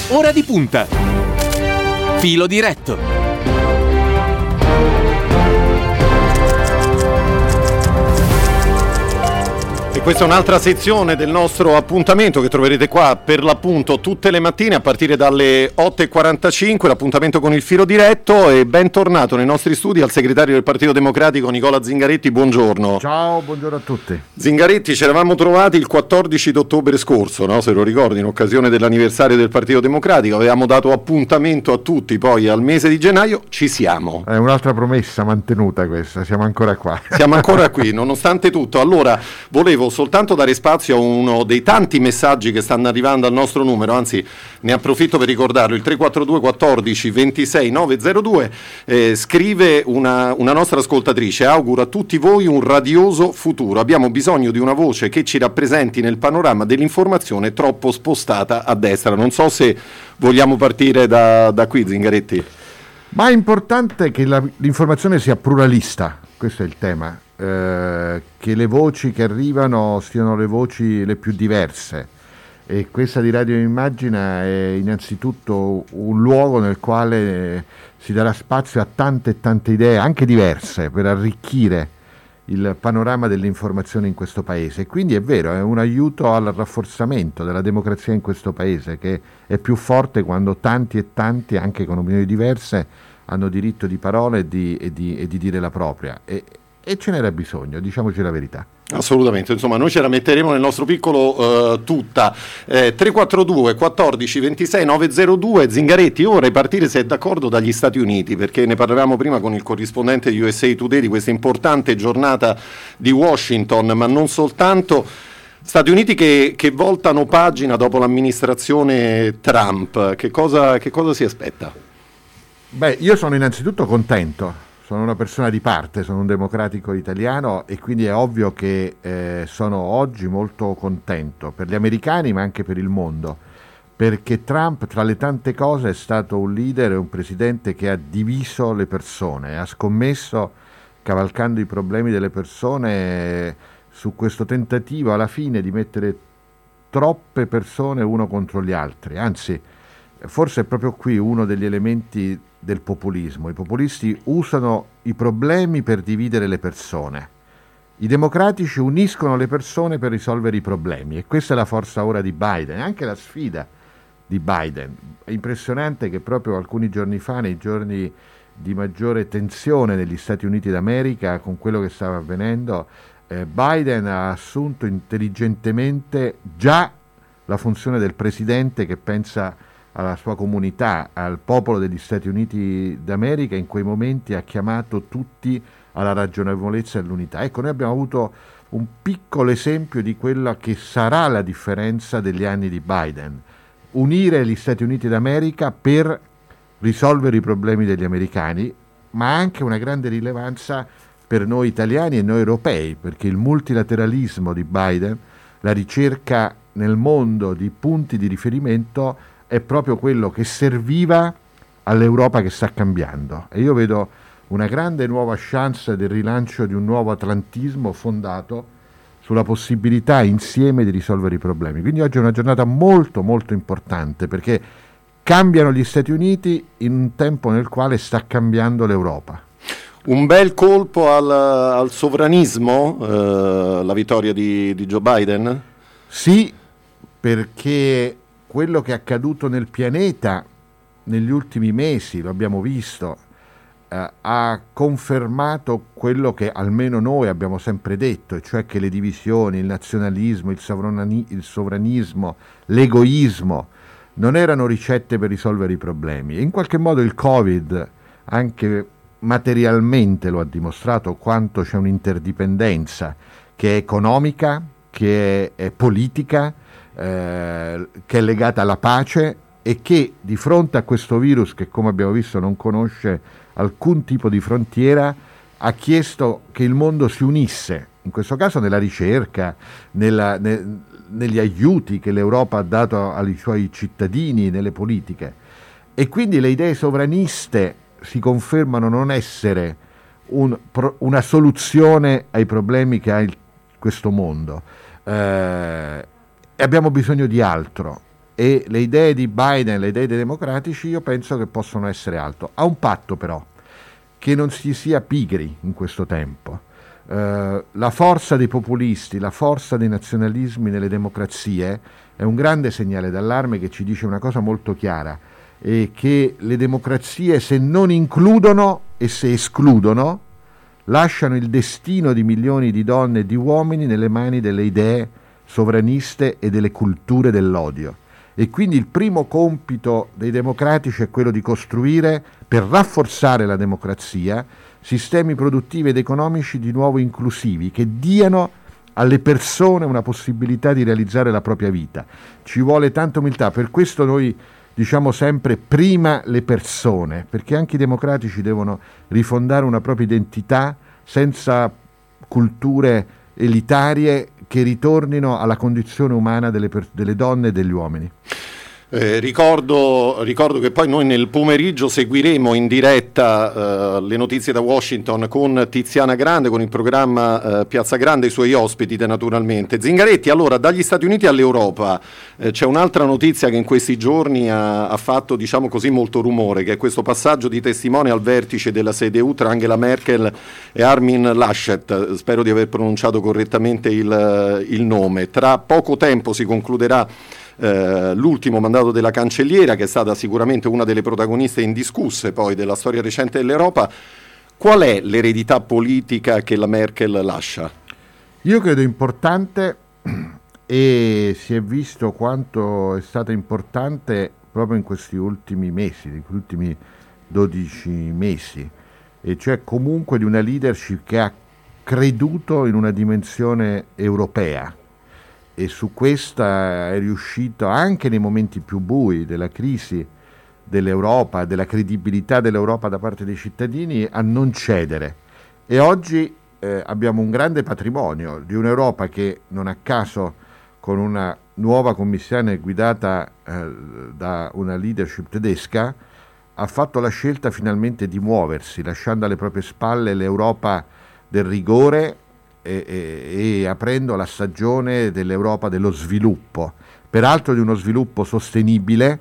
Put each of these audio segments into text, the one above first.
Ora di punta. Filo diretto. E questa è un'altra sezione del nostro appuntamento che troverete qua per l'appunto tutte le mattine a partire dalle 8:45, l'appuntamento con il filo diretto. E bentornato nei nostri studi al segretario del Partito Democratico Nicola Zingaretti, buongiorno. Ciao, buongiorno a tutti. Zingaretti, ci eravamo trovati il 14 d'ottobre scorso, no? Se lo ricordi, in occasione dell'anniversario del Partito Democratico, avevamo dato appuntamento a tutti, poi al mese di gennaio ci siamo. È un'altra promessa mantenuta questa, siamo ancora qua. Siamo ancora qui, nonostante tutto. Allora, volevo soltanto dare spazio a uno dei tanti messaggi che stanno arrivando al nostro numero, anzi ne approfitto per ricordarlo, il 342 14 26 902, scrive una nostra ascoltatrice: auguro a tutti voi un radioso futuro, abbiamo bisogno di una voce che ci rappresenti nel panorama dell'informazione troppo spostata a destra. Non so se vogliamo partire da qui, Zingaretti. Ma è importante che l'informazione sia pluralista, questo è il tema. Che le voci che arrivano siano le voci le più diverse, e questa di Radio Immagina è innanzitutto un luogo nel quale si darà spazio a tante idee anche diverse per arricchire il panorama dell'informazione in questo paese. Quindi è vero, è un aiuto al rafforzamento della democrazia in questo paese, che è più forte quando tanti e tanti, anche con opinioni diverse, hanno diritto di parola e di dire la propria. E ce n'era bisogno, diciamoci la verità. Assolutamente, insomma noi ce la metteremo nel nostro piccolo tutta. 342 14 26 902. Zingaretti, ora vorrei partire, se è d'accordo, dagli Stati Uniti, perché ne parlavamo prima con il corrispondente di USA Today di questa importante giornata di Washington, ma non soltanto. Stati Uniti che voltano pagina dopo l'amministrazione Trump. Che cosa si aspetta? Beh, io sono innanzitutto contento. Sono una persona di parte, sono un democratico italiano, e quindi è ovvio che sono oggi molto contento per gli americani ma anche per il mondo, perché Trump, tra le tante cose, è stato un leader e un presidente che ha diviso le persone, ha scommesso, cavalcando i problemi delle persone, su questo tentativo alla fine di mettere troppe persone uno contro gli altri. Anzi, forse è proprio qui uno degli elementi del populismo. I populisti usano i problemi per dividere le persone. I democratici uniscono le persone per risolvere i problemi, e questa è la forza ora di Biden, anche la sfida di Biden. È impressionante che proprio alcuni giorni fa, nei giorni di maggiore tensione negli Stati Uniti d'America, con quello che stava avvenendo, Biden ha assunto intelligentemente già la funzione del presidente che pensa alla sua comunità, al popolo degli Stati Uniti d'America. In quei momenti ha chiamato tutti alla ragionevolezza e all'unità. Ecco, noi abbiamo avuto un piccolo esempio di quella che sarà la differenza degli anni di Biden: unire gli Stati Uniti d'America per risolvere i problemi degli americani, ma anche una grande rilevanza per noi italiani e noi europei, perché il multilateralismo di Biden, la ricerca nel mondo di punti di riferimento, è proprio quello che serviva all'Europa che sta cambiando. E io vedo una grande nuova chance del rilancio di un nuovo atlantismo fondato sulla possibilità insieme di risolvere i problemi. Quindi oggi è una giornata molto molto importante, perché cambiano gli Stati Uniti in un tempo nel quale sta cambiando l'Europa. Un bel colpo al sovranismo, la vittoria di Joe Biden? Sì, perché quello che è accaduto nel pianeta negli ultimi mesi, lo abbiamo visto, ha confermato quello che almeno noi abbiamo sempre detto, e cioè che le divisioni, il nazionalismo, il sovranismo, l'egoismo non erano ricette per risolvere i problemi. E in qualche modo il Covid anche materialmente lo ha dimostrato, quanto c'è un'interdipendenza che è economica, che è politica, che è legata alla pace, e che di fronte a questo virus, che come abbiamo visto non conosce alcun tipo di frontiera, ha chiesto che il mondo si unisse, in questo caso nella ricerca, negli aiuti che l'Europa ha dato ai suoi cittadini, nelle politiche. E quindi le idee sovraniste si confermano non essere una soluzione ai problemi che ha questo mondo. E abbiamo bisogno di altro, e le idee di Biden, le idee dei democratici, io penso che possono essere alto. A un patto però, che non si sia pigri in questo tempo. La forza dei populisti, la forza dei nazionalismi nelle democrazie è un grande segnale d'allarme che ci dice una cosa molto chiara, e che le democrazie, se non includono e se escludono, lasciano il destino di milioni di donne e di uomini nelle mani delle idee sovraniste e delle culture dell'odio. E quindi il primo compito dei democratici è quello di costruire, per rafforzare la democrazia, sistemi produttivi ed economici di nuovo inclusivi, che diano alle persone una possibilità di realizzare la propria vita. Ci vuole tanta umiltà, per questo noi diciamo sempre prima le persone, perché anche i democratici devono rifondare una propria identità senza culture elitarie che ritornino alla condizione umana delle donne e degli uomini. Ricordo che poi noi nel pomeriggio seguiremo in diretta le notizie da Washington con Tiziana Grande, con il programma Piazza Grande e i suoi ospiti naturalmente. Zingaretti, allora dagli Stati Uniti all'Europa c'è un'altra notizia che in questi giorni ha fatto, diciamo così, molto rumore, che è questo passaggio di testimone al vertice della CDU tra Angela Merkel e Armin Laschet. Spero di aver pronunciato correttamente il nome. Tra poco tempo si concluderà l'ultimo mandato della cancelliera, che è stata sicuramente una delle protagoniste indiscusse poi della storia recente dell'Europa. Qual è l'eredità politica che la Merkel lascia? Io credo importante, e si è visto quanto è stata importante proprio in questi ultimi mesi, in questi ultimi 12 mesi, e cioè comunque di una leadership che ha creduto in una dimensione europea, e su questa è riuscito anche nei momenti più bui della crisi dell'Europa, della credibilità dell'Europa da parte dei cittadini, a non cedere. E oggi abbiamo un grande patrimonio di un'Europa che, non a caso, con una nuova commissione guidata da una leadership tedesca, ha fatto la scelta finalmente di muoversi, lasciando alle proprie spalle l'Europa del rigore e aprendo la stagione dell'Europa dello sviluppo, peraltro di uno sviluppo sostenibile,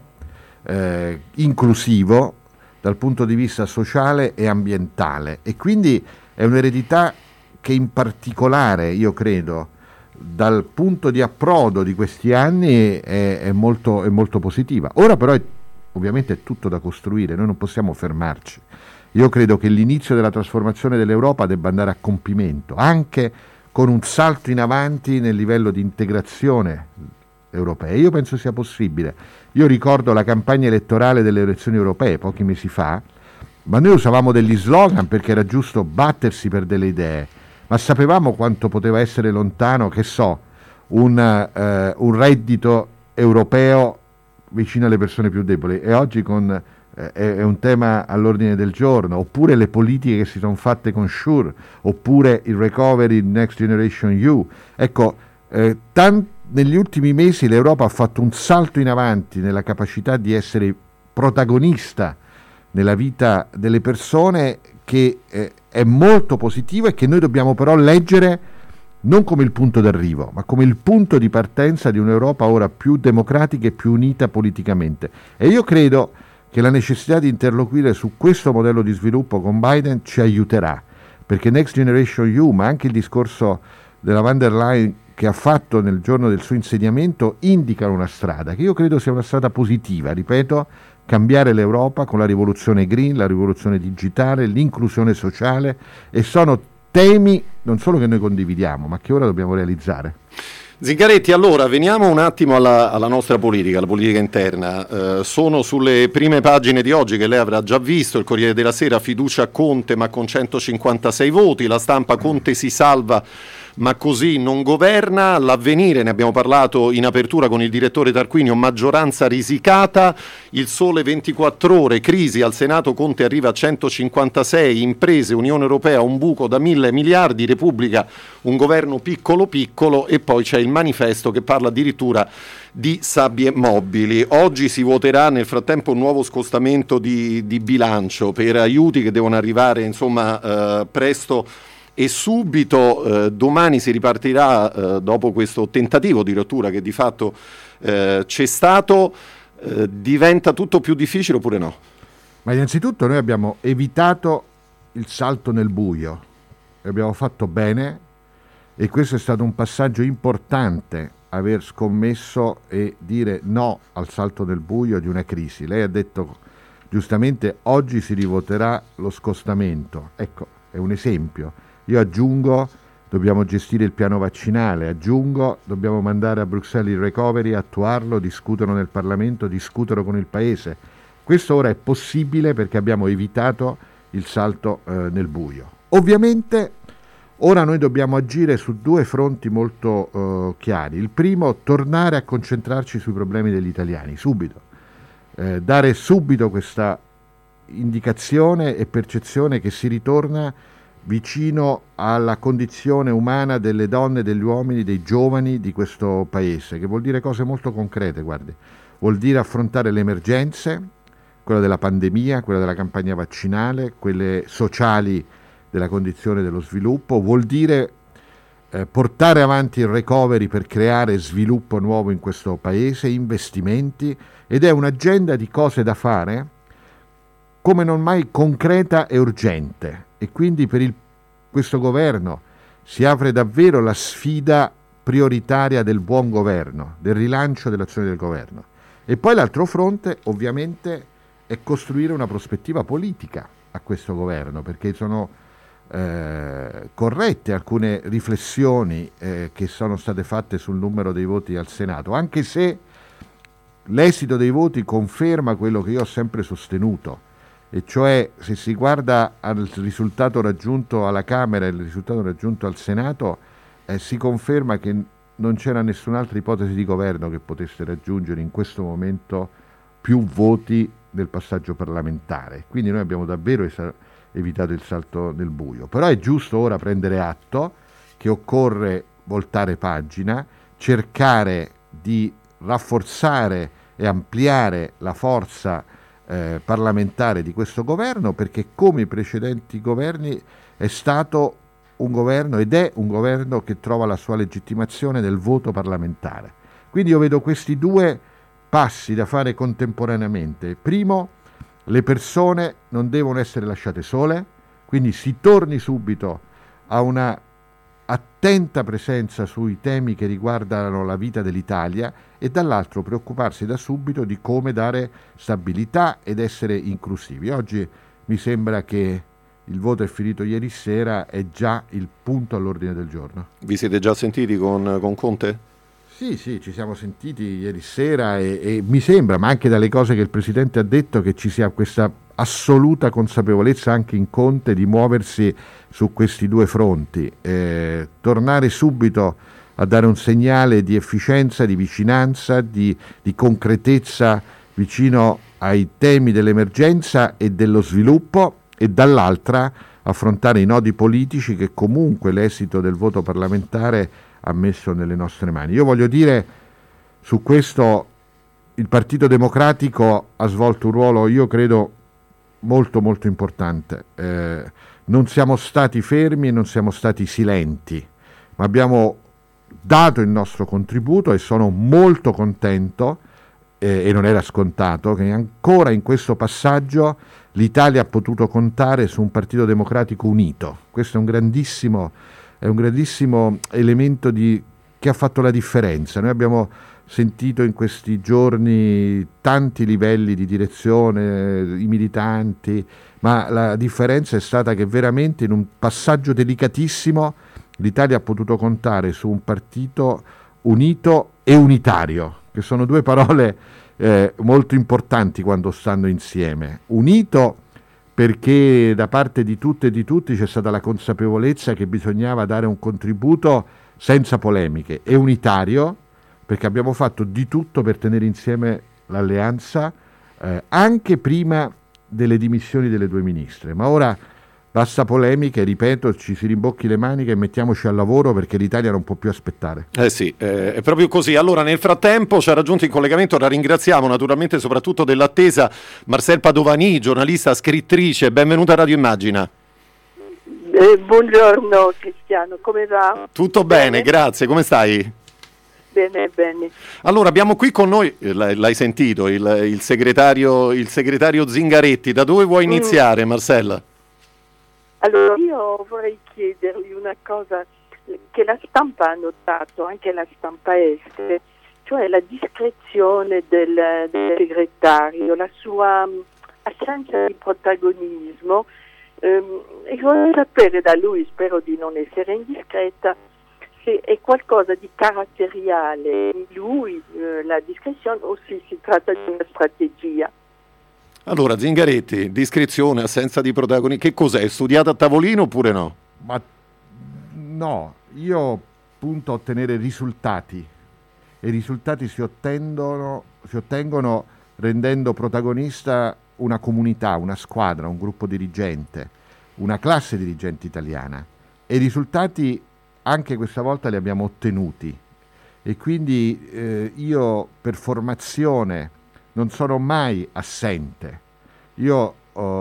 inclusivo dal punto di vista sociale e ambientale. E quindi è un'eredità che in particolare, io credo, dal punto di approdo di questi anni è molto positiva. Ora però ovviamente è tutto da costruire, noi non possiamo fermarci. Io credo che l'inizio della trasformazione dell'Europa debba andare a compimento, anche con un salto in avanti nel livello di integrazione europea. Io penso sia possibile. Io ricordo la campagna elettorale delle elezioni europee pochi mesi fa, ma noi usavamo degli slogan perché era giusto battersi per delle idee, ma sapevamo quanto poteva essere lontano, che so, un reddito europeo vicino alle persone più deboli, e oggi è un tema all'ordine del giorno, oppure le politiche che si sono fatte con SURE, oppure il recovery Next Generation EU. Ecco, negli ultimi mesi l'Europa ha fatto un salto in avanti nella capacità di essere protagonista nella vita delle persone, che è molto positivo, e che noi dobbiamo però leggere non come il punto d'arrivo, ma come il punto di partenza di un'Europa ora più democratica e più unita politicamente. E io credo che la necessità di interloquire su questo modello di sviluppo con Biden ci aiuterà, perché Next Generation EU, ma anche il discorso della von der Leyen che ha fatto nel giorno del suo insediamento, indicano una strada che io credo sia una strada positiva, ripeto, cambiare l'Europa con la rivoluzione green, la rivoluzione digitale, l'inclusione sociale, e sono temi non solo che noi condividiamo, ma che ora dobbiamo realizzare. Zingaretti, allora veniamo un attimo alla nostra politica, alla politica interna. Sono sulle prime pagine di oggi, che lei avrà già visto, il Corriere della Sera: fiducia a Conte ma con 156 voti, La Stampa: Conte si salva ma così non governa, L'Avvenire, ne abbiamo parlato in apertura con il direttore Tarquinio, maggioranza risicata, Il Sole 24 Ore, crisi al Senato, Conte arriva a 156, imprese, Unione Europea, un buco da 1.000 miliardi, Repubblica, un governo piccolo piccolo, e poi c'è il Manifesto che parla addirittura di sabbie mobili. Oggi si voterà nel frattempo un nuovo scostamento di bilancio per aiuti che devono arrivare presto e subito. Domani si ripartirà dopo questo tentativo di rottura che di fatto c'è stato. Diventa tutto più difficile oppure no? Ma innanzitutto noi abbiamo evitato il salto nel buio, abbiamo fatto bene, e questo è stato un passaggio importante, aver scommesso e dire no al salto nel buio di una crisi. Lei ha detto giustamente oggi si rivoterà lo scostamento, ecco, è un esempio. Io aggiungo dobbiamo gestire il piano vaccinale, aggiungo dobbiamo mandare a Bruxelles il recovery, attuarlo, discuterlo nel Parlamento, discuterlo con il Paese. Questo ora è possibile perché abbiamo evitato il salto nel buio. Ovviamente ora noi dobbiamo agire su due fronti molto chiari. Il primo, tornare a concentrarci sui problemi degli italiani, subito. Dare subito questa indicazione e percezione che si ritorna vicino alla condizione umana delle donne, degli uomini, dei giovani di questo Paese, che vuol dire cose molto concrete, guardi. Vuol dire affrontare le emergenze, quella della pandemia, quella della campagna vaccinale, quelle sociali della condizione dello sviluppo, vuol dire portare avanti il recovery per creare sviluppo nuovo in questo Paese, investimenti, ed è un'agenda di cose da fare come non mai concreta e urgente, e quindi per questo governo si apre davvero la sfida prioritaria del buon governo, del rilancio dell'azione del governo. E poi l'altro fronte ovviamente è costruire una prospettiva politica a questo governo, perché sono corrette alcune riflessioni che sono state fatte sul numero dei voti al Senato, anche se l'esito dei voti conferma quello che io ho sempre sostenuto, e cioè se si guarda al risultato raggiunto alla Camera e il risultato raggiunto al Senato, si conferma che non c'era nessun'altra ipotesi di governo che potesse raggiungere in questo momento più voti del passaggio parlamentare. Quindi noi abbiamo davvero evitato il salto nel buio. Però è giusto ora prendere atto che occorre voltare pagina, cercare di rafforzare e ampliare la forza parlamentare di questo governo, perché come i precedenti governi è stato un governo ed è un governo che trova la sua legittimazione nel voto parlamentare. Quindi io vedo questi due passi da fare contemporaneamente. Primo, le persone non devono essere lasciate sole, quindi si torni subito a una attenta presenza sui temi che riguardano la vita dell'Italia, e dall'altro preoccuparsi da subito di come dare stabilità ed essere inclusivi. Oggi mi sembra che il voto è finito ieri sera, è già il punto all'ordine del giorno. Vi siete già sentiti con Conte? Sì, ci siamo sentiti ieri sera e mi sembra, ma anche dalle cose che il Presidente ha detto, che ci sia questa assoluta consapevolezza anche in Conte di muoversi su questi due fronti, tornare subito a dare un segnale di efficienza, di vicinanza, di concretezza vicino ai temi dell'emergenza e dello sviluppo, e dall'altra affrontare i nodi politici che comunque l'esito del voto parlamentare ha messo nelle nostre mani. Io voglio dire, su questo il Partito Democratico ha svolto un ruolo, io credo, molto molto importante. Non siamo stati fermi e non siamo stati silenti, ma abbiamo dato il nostro contributo, e sono molto contento, e non era scontato, che ancora in questo passaggio l'Italia ha potuto contare su un Partito Democratico unito. Questo è un grandissimo elemento che ha fatto la differenza. Noi abbiamo sentito in questi giorni tanti livelli di direzione, i militanti, ma la differenza è stata che veramente in un passaggio delicatissimo l'Italia ha potuto contare su un partito unito e unitario, che sono due parole molto importanti quando stanno insieme. Unito perché da parte di tutte e di tutti c'è stata la consapevolezza che bisognava dare un contributo senza polemiche, e unitario perché abbiamo fatto di tutto per tenere insieme l'alleanza anche prima delle dimissioni delle due ministre. Ma ora basta polemiche, ripeto, ci si rimbocchi le maniche e mettiamoci al lavoro, perché l'Italia non può più aspettare. Sì, è proprio così. Allora, nel frattempo ci ha raggiunto in collegamento, la ringraziamo naturalmente soprattutto dell'attesa, Marcel Padovani, giornalista, scrittrice. Benvenuta a Radio Immagina. Buongiorno Cristiano, come va? Tutto bene, grazie, come stai? Bene, bene. Allora, abbiamo qui con noi, l'hai sentito, il segretario Zingaretti. Da dove vuoi iniziare, Marcella? Allora, io vorrei chiedergli una cosa che la stampa ha notato, anche la stampa estere, cioè la discrezione del segretario, la sua assenza di protagonismo. E vorrei sapere da lui, spero di non essere indiscreta, se è qualcosa di caratteriale in lui, la discrezione, o se si tratta di una strategia. Allora, Zingaretti, discrezione, assenza di protagonismo, che cos'è? È studiato a tavolino oppure no? Ma no, io punto a ottenere risultati, e i risultati si ottengono rendendo protagonista una comunità, una squadra, un gruppo dirigente, una classe dirigente italiana, e i risultati anche questa volta li abbiamo ottenuti, e quindi io per formazione non sono mai assente. Io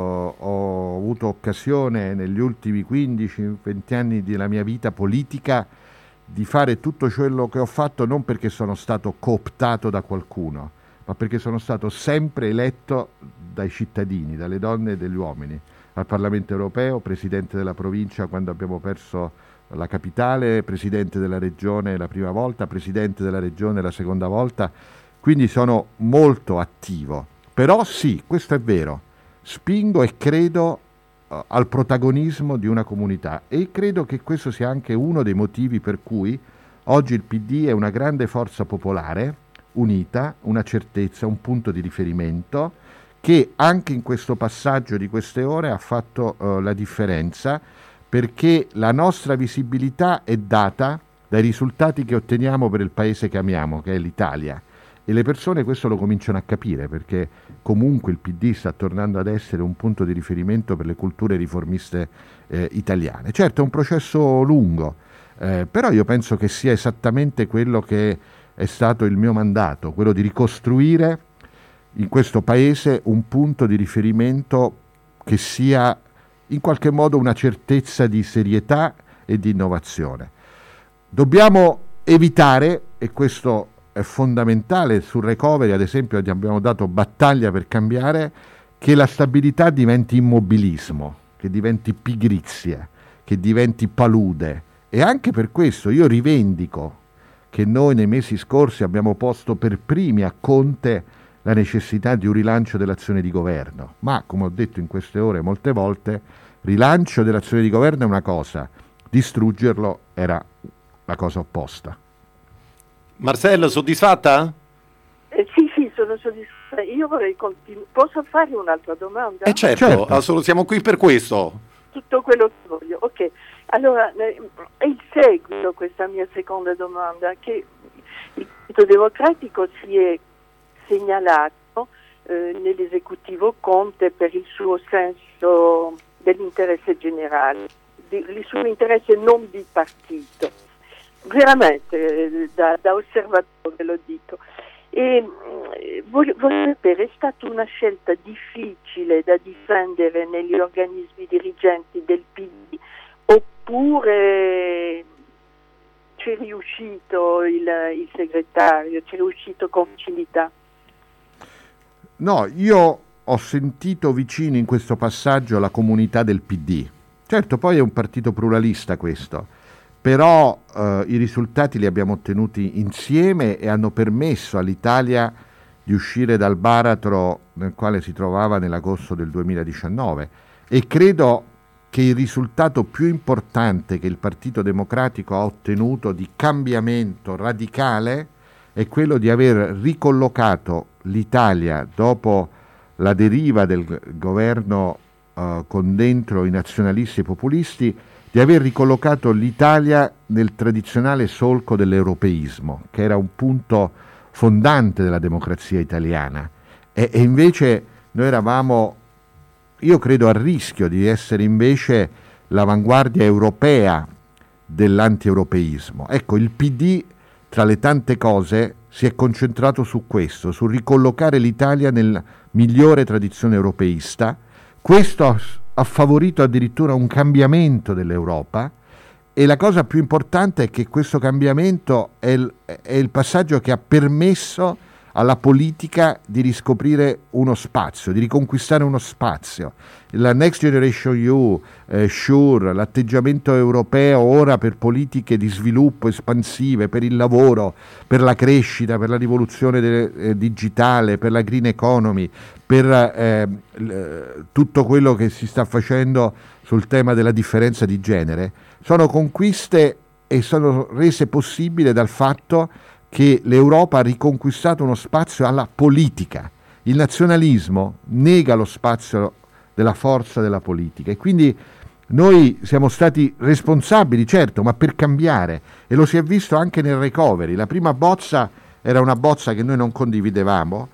ho avuto occasione negli ultimi 15-20 anni della mia vita politica di fare tutto quello che ho fatto, non perché sono stato cooptato da qualcuno, ma perché sono stato sempre eletto dai cittadini, dalle donne e dagli uomini, al Parlamento europeo, presidente della provincia quando abbiamo perso la capitale, presidente della regione la prima volta, presidente della regione la seconda volta, quindi sono molto attivo. Però sì, questo è vero, spingo e credo al protagonismo di una comunità, e credo che questo sia anche uno dei motivi per cui oggi il PD è una grande forza popolare, unita, una certezza, un punto di riferimento, che anche in questo passaggio di queste ore ha fatto la differenza, perché la nostra visibilità è data dai risultati che otteniamo per il paese che amiamo, che è l'Italia, e le persone questo lo cominciano a capire, perché comunque il PD sta tornando ad essere un punto di riferimento per le culture riformiste italiane. Certo è un processo lungo, però io penso che sia esattamente quello che è stato il mio mandato, quello di ricostruire in questo paese un punto di riferimento che sia in qualche modo una certezza di serietà e di innovazione. Dobbiamo evitare, e questo è fondamentale, sul recovery ad esempio abbiamo dato battaglia per cambiare, che la stabilità diventi immobilismo, che diventi pigrizia, che diventi palude, e anche per questo io rivendico che noi nei mesi scorsi abbiamo posto per primi a Conte la necessità di un rilancio dell'azione di governo, ma come ho detto in queste ore molte volte, rilancio dell'azione di governo è una cosa, distruggerlo era la cosa opposta. Marcella, soddisfatta? Sì, sono soddisfatta. Io vorrei continuare. Posso fare un'altra domanda? Certo. Siamo qui per questo. Tutto quello che voglio. Ok, allora è il seguito questa mia seconda domanda, che il Partito Democratico si è segnalato nell'esecutivo Conte per il suo senso dell'interesse generale, il suo interesse non di partito, veramente da osservatore lo dico. E voglio sapere, è stata una scelta difficile da difendere negli organismi dirigenti del PD, oppure ci è riuscito il segretario, ci è riuscito con facilità? No, io ho sentito vicino in questo passaggio la comunità del PD. Certo, poi è un partito pluralista questo, però i risultati li abbiamo ottenuti insieme e hanno permesso all'Italia di uscire dal baratro nel quale si trovava nell'agosto del 2019, e credo che il risultato più importante che il Partito Democratico ha ottenuto di cambiamento radicale è quello di aver ricollocato l'Italia, dopo la deriva del governo con dentro i nazionalisti e populisti, di aver ricollocato l'Italia nel tradizionale solco dell'europeismo, che era un punto fondante della democrazia italiana, e invece noi eravamo, io credo, a rischio di essere invece l'avanguardia europea dell'anti-europeismo. Ecco, il PD, tra le tante cose, si è concentrato su questo, su ricollocare l'Italia nella migliore tradizione europeista. Questo ha favorito addirittura un cambiamento dell'Europa, e la cosa più importante è che questo cambiamento è il passaggio che ha permesso alla politica di riscoprire uno spazio, di riconquistare uno spazio. La Next Generation EU, SURE, l'atteggiamento europeo ora per politiche di sviluppo espansive, per il lavoro, per la crescita, per la rivoluzione digitale, per la green economy, per tutto quello che si sta facendo sul tema della differenza di genere, sono conquiste e sono rese possibili dal fatto che l'Europa ha riconquistato uno spazio alla politica. Il nazionalismo nega lo spazio della forza della politica, e quindi noi siamo stati responsabili, certo, ma per cambiare, e lo si è visto anche nel recovery. La prima bozza era una bozza che noi non condividevamo,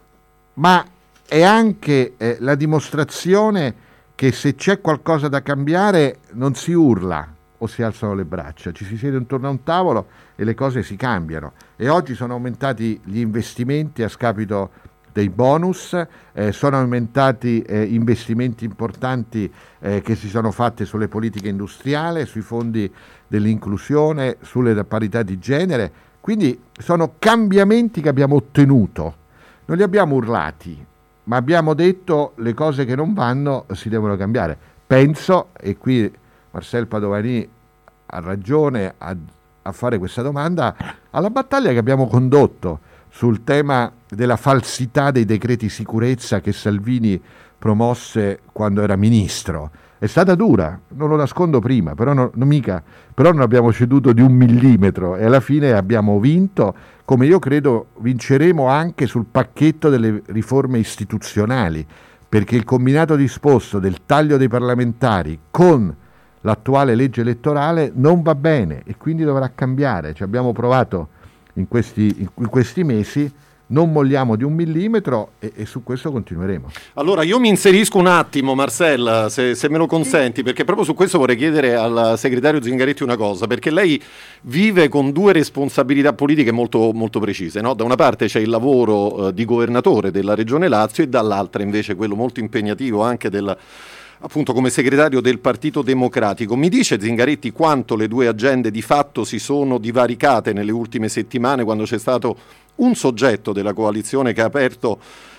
ma è anche la dimostrazione che se c'è qualcosa da cambiare non si urla o si alzano le braccia, ci si siede intorno a un tavolo e le cose si cambiano. E oggi sono aumentati gli investimenti a scapito dei bonus, sono aumentati investimenti importanti che si sono fatti sulle politiche industriali, sui fondi dell'inclusione, sulle parità di genere. Quindi sono cambiamenti che abbiamo ottenuto, non li abbiamo urlati, ma abbiamo detto le cose che non vanno si devono cambiare. Penso, e qui Marcel Padovani ha ragione a fare questa domanda, alla battaglia che abbiamo condotto sul tema della falsità dei decreti sicurezza che Salvini promosse quando era ministro. È stata dura, non lo nascondo prima, però non abbiamo ceduto di 1 millimetro e alla fine abbiamo vinto, come io credo vinceremo anche sul pacchetto delle riforme istituzionali, perché il combinato disposto del taglio dei parlamentari con l'attuale legge elettorale non va bene e quindi dovrà cambiare. Ci abbiamo provato in questi mesi, non molliamo di 1 millimetro e su questo continueremo. Allora io mi inserisco un attimo, Marcel, se me lo consenti, perché proprio su questo vorrei chiedere al segretario Zingaretti una cosa, perché lei vive con 2 responsabilità politiche molto, molto precise, no? Da una parte c'è il lavoro di governatore della Regione Lazio e dall'altra invece quello molto impegnativo anche appunto come segretario del Partito Democratico. Mi dice Zingaretti quanto le 2 agende di fatto si sono divaricate nelle ultime settimane, quando c'è stato un soggetto della coalizione che ha aperto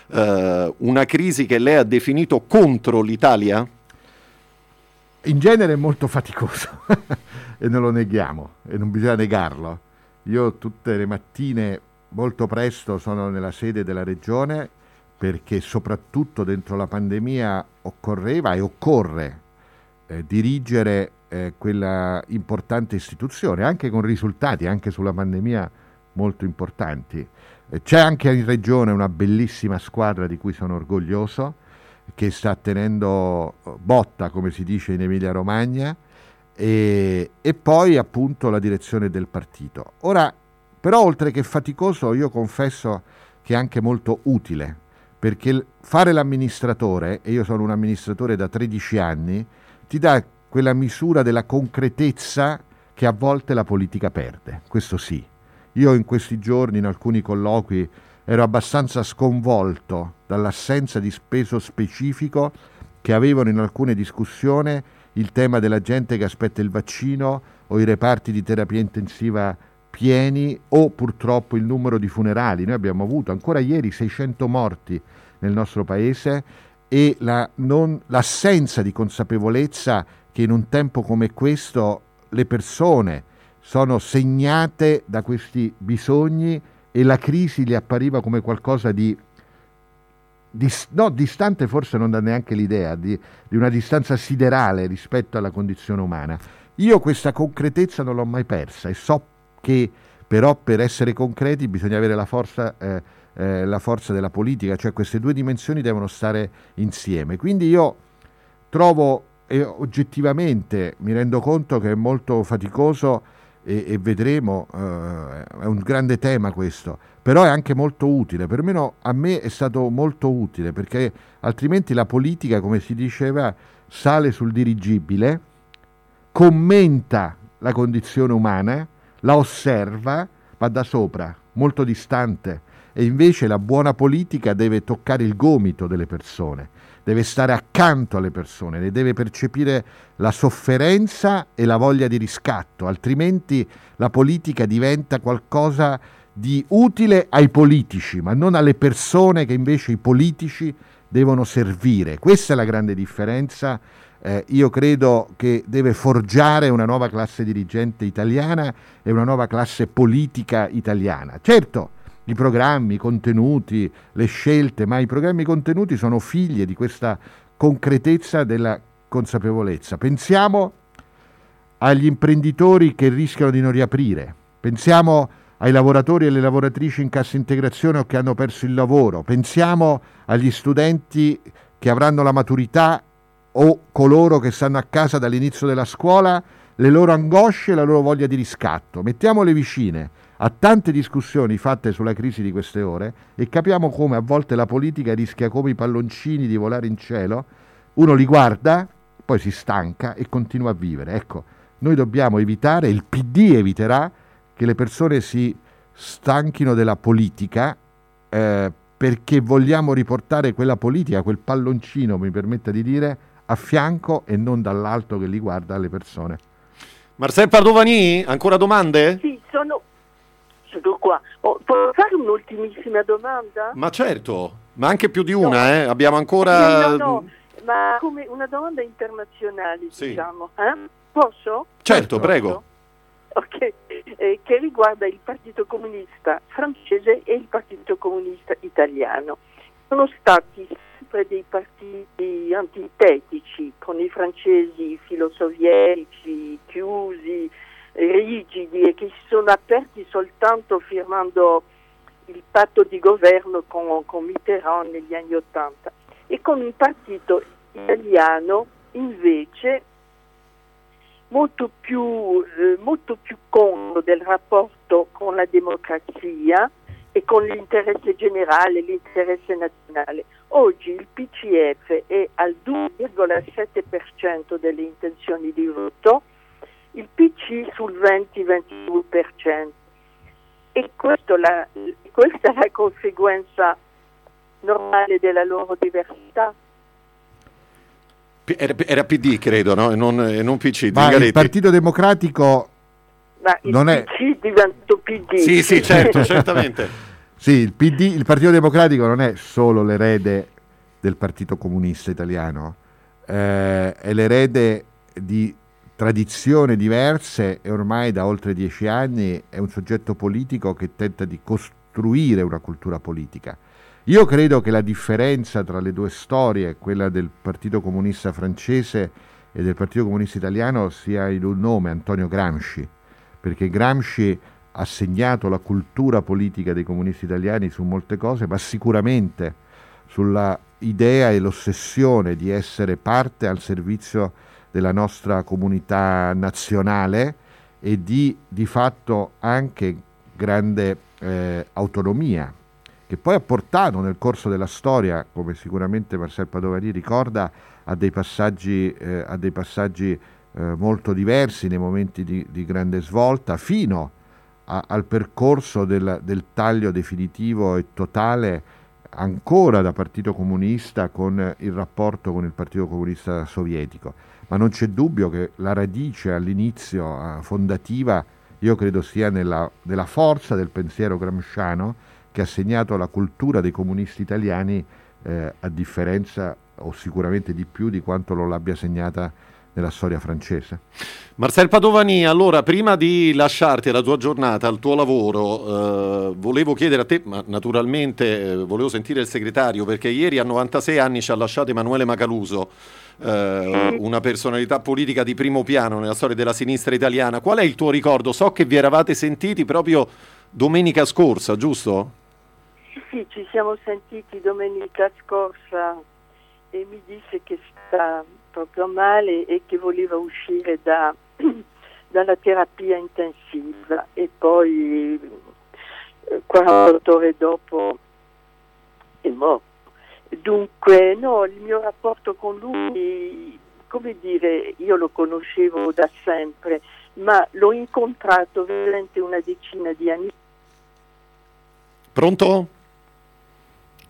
una crisi che lei ha definito contro l'Italia? In genere è molto faticoso e non lo neghiamo e non bisogna negarlo. Io tutte le mattine molto presto sono nella sede della Regione, perché soprattutto dentro la pandemia occorreva e occorre dirigere quella importante istituzione, anche con risultati, anche sulla pandemia, molto importanti. C'è anche in Regione una bellissima squadra di cui sono orgoglioso, che sta tenendo botta, come si dice in Emilia-Romagna, e poi appunto la direzione del partito. Ora, però, oltre che faticoso, io confesso che è anche molto utile, perché fare l'amministratore, e io sono un amministratore da 13 anni, ti dà quella misura della concretezza che a volte la politica perde, questo sì. Io in questi giorni, in alcuni colloqui, ero abbastanza sconvolto dall'assenza di peso specifico che avevano in alcune discussioni il tema della gente che aspetta il vaccino o i reparti di terapia intensiva pieni o purtroppo il numero di funerali. Noi abbiamo avuto ancora ieri 600 morti nel nostro paese e l'assenza di consapevolezza che in un tempo come questo le persone sono segnate da questi bisogni e la crisi gli appariva come qualcosa di distante, forse non dà neanche l'idea, di una distanza siderale rispetto alla condizione umana. Io questa concretezza non l'ho mai persa e so che però per essere concreti bisogna avere la forza della politica, cioè queste 2 dimensioni devono stare insieme. Quindi io trovo, e oggettivamente mi rendo conto che è molto faticoso e vedremo, è un grande tema questo, però è anche molto utile, perlomeno a me è stato molto utile, perché altrimenti la politica, come si diceva, sale sul dirigibile, commenta la condizione umana, la osserva, va da sopra, molto distante, e invece la buona politica deve toccare il gomito delle persone, deve stare accanto alle persone, ne deve percepire la sofferenza e la voglia di riscatto, altrimenti la politica diventa qualcosa di utile ai politici, ma non alle persone che invece i politici devono servire. Questa è la grande differenza. Io credo che deve forgiare una nuova classe dirigente italiana e una nuova classe politica italiana. Certo, i programmi, i contenuti, le scelte, ma i programmi e i contenuti sono figlie di questa concretezza della consapevolezza. Pensiamo agli imprenditori che rischiano di non riaprire, pensiamo ai lavoratori e alle lavoratrici in cassa integrazione o che hanno perso il lavoro, pensiamo agli studenti che avranno la maturità o coloro che stanno a casa dall'inizio della scuola, le loro angosce e la loro voglia di riscatto. Mettiamole vicine a tante discussioni fatte sulla crisi di queste ore e capiamo come a volte la politica rischia come i palloncini di volare in cielo, uno li guarda, poi si stanca e continua a vivere. Ecco, noi dobbiamo evitare, il PD eviterà che le persone si stanchino della politica perché vogliamo riportare quella politica, quel palloncino, mi permetta di dire, a fianco e non dall'alto che li guarda le persone. Marcel Padovani, ancora domande? Sì, sono qua. Posso fare un'ultimissima domanda? Ma certo, ma anche più di una, abbiamo ancora... No, ma come una domanda internazionale, sì. diciamo. Posso? Certo, Posso? prego. Ok, che riguarda il Partito Comunista francese e il Partito Comunista italiano. Sono stati sempre dei partiti antitetici, con i francesi filosovietici, chiusi, rigidi e che si sono aperti soltanto firmando il patto di governo con Mitterrand negli anni '80 e con un partito italiano invece molto più conto del rapporto con la democrazia e con l'interesse generale, l'interesse nazionale. Oggi il PCF è al 2,7% delle intenzioni di voto, il PC sul 20-22%. E questa è la conseguenza normale della loro diversità. Era PD, credo, no? E non PC. Ma il Partito Democratico non è... PC diventa PD. Sì, certo, certamente. Sì, il Partito Democratico non è solo l'erede del Partito Comunista Italiano, è l'erede di tradizioni diverse e ormai da oltre 10 anni è un soggetto politico che tenta di costruire una cultura politica. Io credo che la differenza tra le due storie, quella del Partito Comunista francese e del Partito Comunista Italiano, sia in un nome, Antonio Gramsci, perché Gramsci ha segnato la cultura politica dei comunisti italiani su molte cose, ma sicuramente sulla idea e l'ossessione di essere parte al servizio della nostra comunità nazionale e di fatto anche grande autonomia, che poi ha portato nel corso della storia, come sicuramente Marcel Padovani ricorda, a dei passaggi molto diversi nei momenti di grande svolta, fino al percorso del taglio definitivo e totale ancora da Partito Comunista con il rapporto con il Partito Comunista Sovietico. Ma non c'è dubbio che la radice all'inizio fondativa, io credo sia nella forza del pensiero gramsciano, che ha segnato la cultura dei comunisti italiani a differenza o sicuramente di più di quanto lo l'abbia segnata nella storia francese. Marcel Padovani, allora prima di lasciarti alla tua giornata, al tuo lavoro, volevo chiedere a te, ma naturalmente volevo sentire il segretario, perché ieri a 96 anni ci ha lasciato Emanuele Macaluso, una personalità politica di primo piano nella storia della sinistra italiana. Qual è il tuo ricordo? So che vi eravate sentiti proprio domenica scorsa, giusto? Sì, ci siamo sentiti domenica scorsa e mi disse che sta proprio male e che voleva uscire dalla terapia intensiva e poi 48 ore dopo è morto. Dunque, no, il mio rapporto con lui, come dire, io lo conoscevo da sempre, ma l'ho incontrato veramente una decina di anni. Pronto?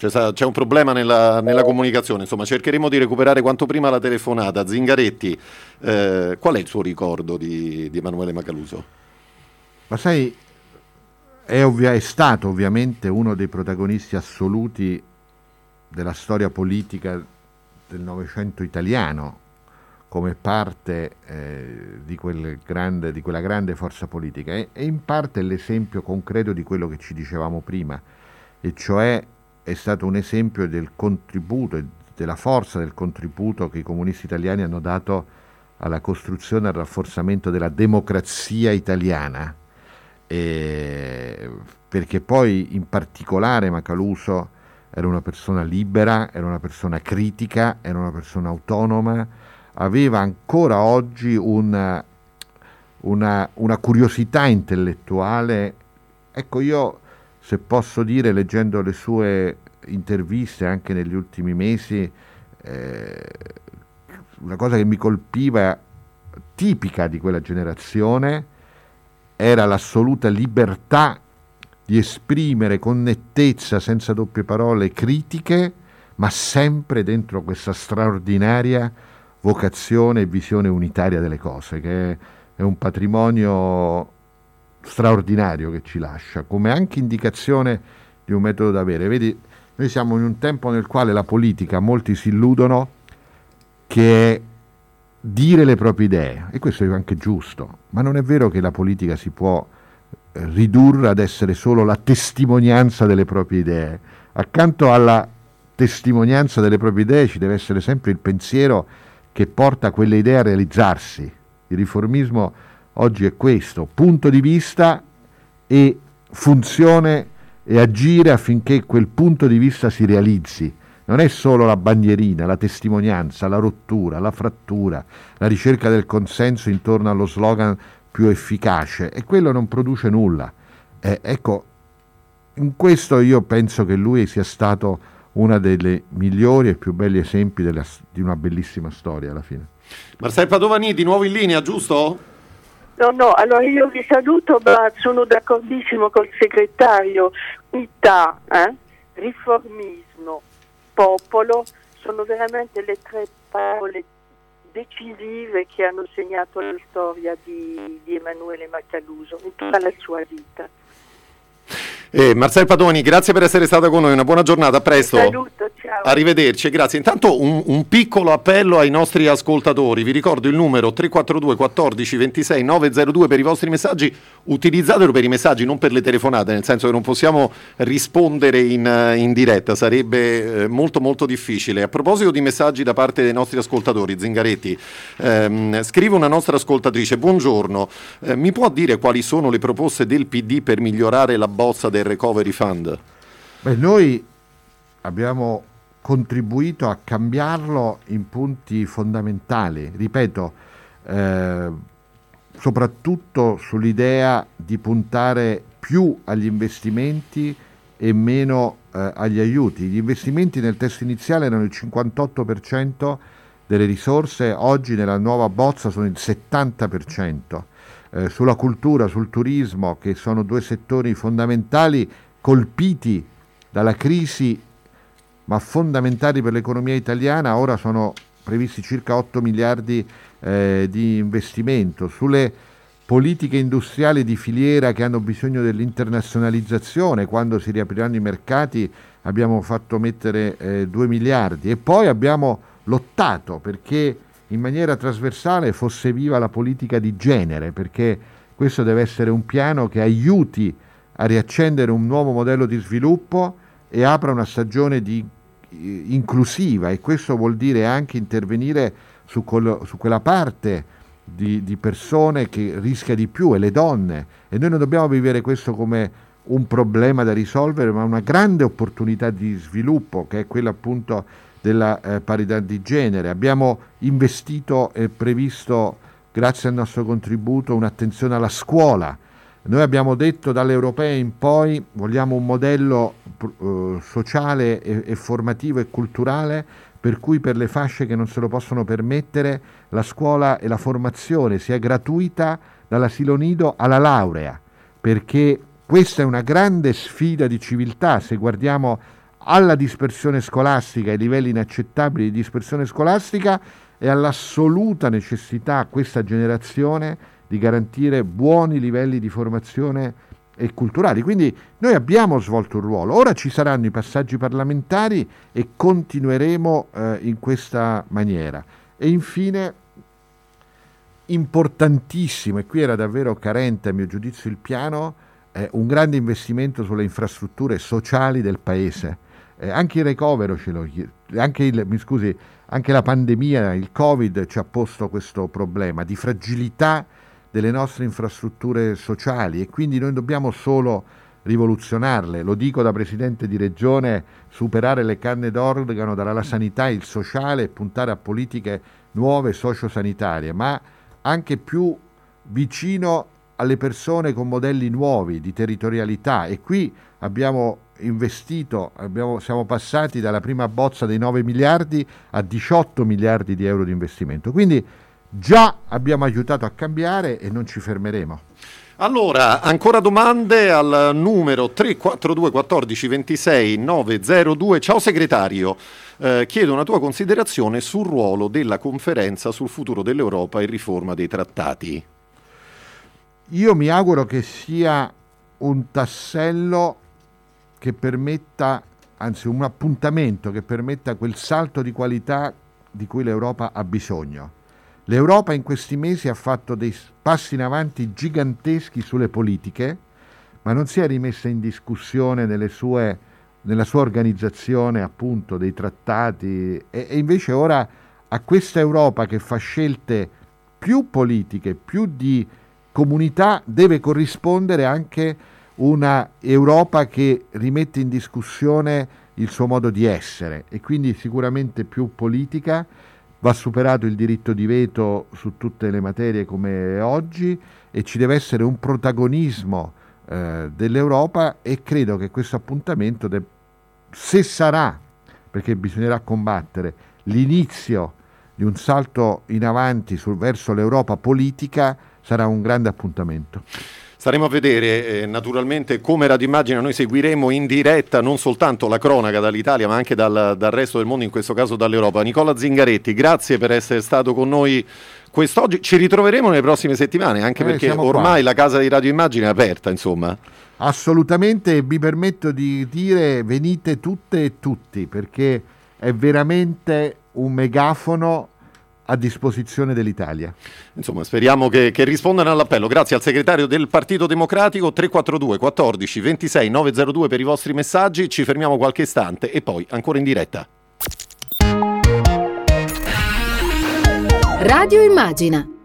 Cioè, c'è un problema nella comunicazione. Insomma, cercheremo di recuperare quanto prima la telefonata. Zingaretti, qual è il suo ricordo di Emanuele Macaluso? Ma sai, è stato ovviamente uno dei protagonisti assoluti della storia politica del Novecento italiano, come parte di quella grande forza politica, e in parte è l'esempio concreto di quello che ci dicevamo prima, e cioè è stato un esempio del contributo e della forza del contributo che i comunisti italiani hanno dato alla costruzione e al rafforzamento della democrazia italiana, perché poi in particolare Macaluso era una persona libera, era una persona critica, era una persona autonoma, aveva ancora oggi una curiosità intellettuale. Ecco, io, se posso dire, leggendo le sue interviste anche negli ultimi mesi, una cosa che mi colpiva, tipica di quella generazione, era l'assoluta libertà di esprimere con nettezza, senza doppie parole, critiche, ma sempre dentro questa straordinaria vocazione e visione unitaria delle cose, che è un patrimonio straordinario che ci lascia, come anche indicazione di un metodo da avere. Vedi, noi siamo in un tempo nel quale la politica, molti si illudono che è dire le proprie idee, e questo è anche giusto, ma non è vero che la politica si può ridurre ad essere solo la testimonianza delle proprie idee. Accanto alla testimonianza delle proprie idee ci deve essere sempre il pensiero che porta quelle idee a realizzarsi. Il riformismo oggi è questo: punto di vista e funzione e agire affinché quel punto di vista si realizzi. Non è solo la bandierina, la testimonianza, la rottura, la frattura, la ricerca del consenso intorno allo slogan più efficace, e quello non produce nulla. Ecco, in questo io penso che lui sia stato uno dei migliori e più belli esempi di una bellissima storia alla fine. Marcel Padovani, di nuovo in linea, giusto? No, allora io vi saluto, ma sono d'accordissimo col segretario. Unità, riformismo, popolo sono veramente le tre parole decisive che hanno segnato la storia di Emanuele Macaluso in tutta la sua vita. Marcel Padovani, grazie per essere stata con noi, una buona giornata, a presto. Saluto, ciao. Arrivederci, grazie. Intanto un piccolo appello ai nostri ascoltatori, vi ricordo il numero 342 14 26 902 per i vostri messaggi, utilizzatelo per i messaggi, non per le telefonate, nel senso che non possiamo rispondere in diretta, sarebbe molto molto difficile. A proposito di messaggi da parte dei nostri ascoltatori, Zingaretti, scrive una nostra ascoltatrice: buongiorno, mi può dire quali sono le proposte del PD per migliorare la bozza del Recovery Fund? Beh, noi abbiamo contribuito a cambiarlo in punti fondamentali, ripeto, soprattutto sull'idea di puntare più agli investimenti e meno agli aiuti. Gli investimenti nel testo iniziale erano il 58% delle risorse, oggi nella nuova bozza sono il 70%. Sulla cultura, sul turismo, che sono due settori fondamentali, colpiti dalla crisi, ma fondamentali per l'economia italiana, ora sono previsti circa 8 miliardi di investimento. Sulle politiche industriali di filiera che hanno bisogno dell'internazionalizzazione, quando si riapriranno i mercati abbiamo fatto mettere 2 miliardi, e poi abbiamo lottato perché in maniera trasversale fosse viva la politica di genere, perché questo deve essere un piano che aiuti a riaccendere un nuovo modello di sviluppo e apra una stagione inclusiva, e questo vuol dire anche intervenire su quella parte di persone che rischia di più, e le donne, e noi non dobbiamo vivere questo come un problema da risolvere, ma una grande opportunità di sviluppo, che è quella appunto della parità di genere. Abbiamo investito e previsto, grazie al nostro contributo, un'attenzione alla scuola. Noi abbiamo detto dalle europee in poi vogliamo un modello sociale e formativo e culturale per cui per le fasce che non se lo possono permettere la scuola e la formazione sia gratuita dall'asilo nido alla laurea, perché questa è una grande sfida di civiltà. Se guardiamo alla dispersione scolastica, ai livelli inaccettabili di dispersione scolastica e all'assoluta necessità a questa generazione di garantire buoni livelli di formazione e culturali. Quindi noi abbiamo svolto un ruolo, ora ci saranno i passaggi parlamentari e continueremo in questa maniera. E infine, importantissimo, e qui era davvero carente a mio giudizio il piano, un grande investimento sulle infrastrutture sociali del paese. Anche il recovero anche la pandemia, il Covid ci ha posto questo problema di fragilità delle nostre infrastrutture sociali, e quindi noi dobbiamo solo rivoluzionarle. Lo dico da presidente di regione: superare le canne d'organo dalla sanità e il sociale e puntare a politiche nuove sociosanitarie, ma anche più vicino alle persone con modelli nuovi di territorialità. E qui abbiamo investito, siamo passati dalla prima bozza dei 9 miliardi a 18 miliardi di euro di investimento. Quindi già abbiamo aiutato a cambiare e non ci fermeremo. Allora, ancora domande al numero 342 14 26 902. Ciao segretario, chiedo una tua considerazione sul ruolo della conferenza sul futuro dell'Europa e riforma dei trattati. Io mi auguro che sia un tassello che permetta, anzi un appuntamento che permetta quel salto di qualità di cui l'Europa ha bisogno. L'Europa in questi mesi ha fatto dei passi in avanti giganteschi sulle politiche, ma non si è rimessa in discussione nella sua organizzazione, appunto, dei trattati, e invece ora a questa Europa che fa scelte più politiche, più di comunità, deve corrispondere anche una Europa che rimette in discussione il suo modo di essere, e quindi sicuramente più politica. Va superato il diritto di veto su tutte le materie come oggi, e ci deve essere un protagonismo dell'Europa, e credo che questo appuntamento, se sarà, perché bisognerà combattere, l'inizio di un salto in avanti verso l'Europa politica, sarà un grande appuntamento. Staremo a vedere, naturalmente come Radio Immagina noi seguiremo in diretta non soltanto la cronaca dall'Italia ma anche dal resto del mondo, in questo caso dall'Europa. Nicola Zingaretti, grazie per essere stato con noi quest'oggi, ci ritroveremo nelle prossime settimane, anche perché ormai la casa di Radio Immagina è aperta, insomma. Assolutamente, vi permetto di dire: venite tutte e tutti, perché è veramente un megafono a disposizione dell'Italia. Insomma, speriamo che rispondano all'appello. Grazie al segretario del Partito Democratico. 342 14 26 902 per i vostri messaggi. Ci fermiamo qualche istante e poi ancora in diretta. Radio Immagina.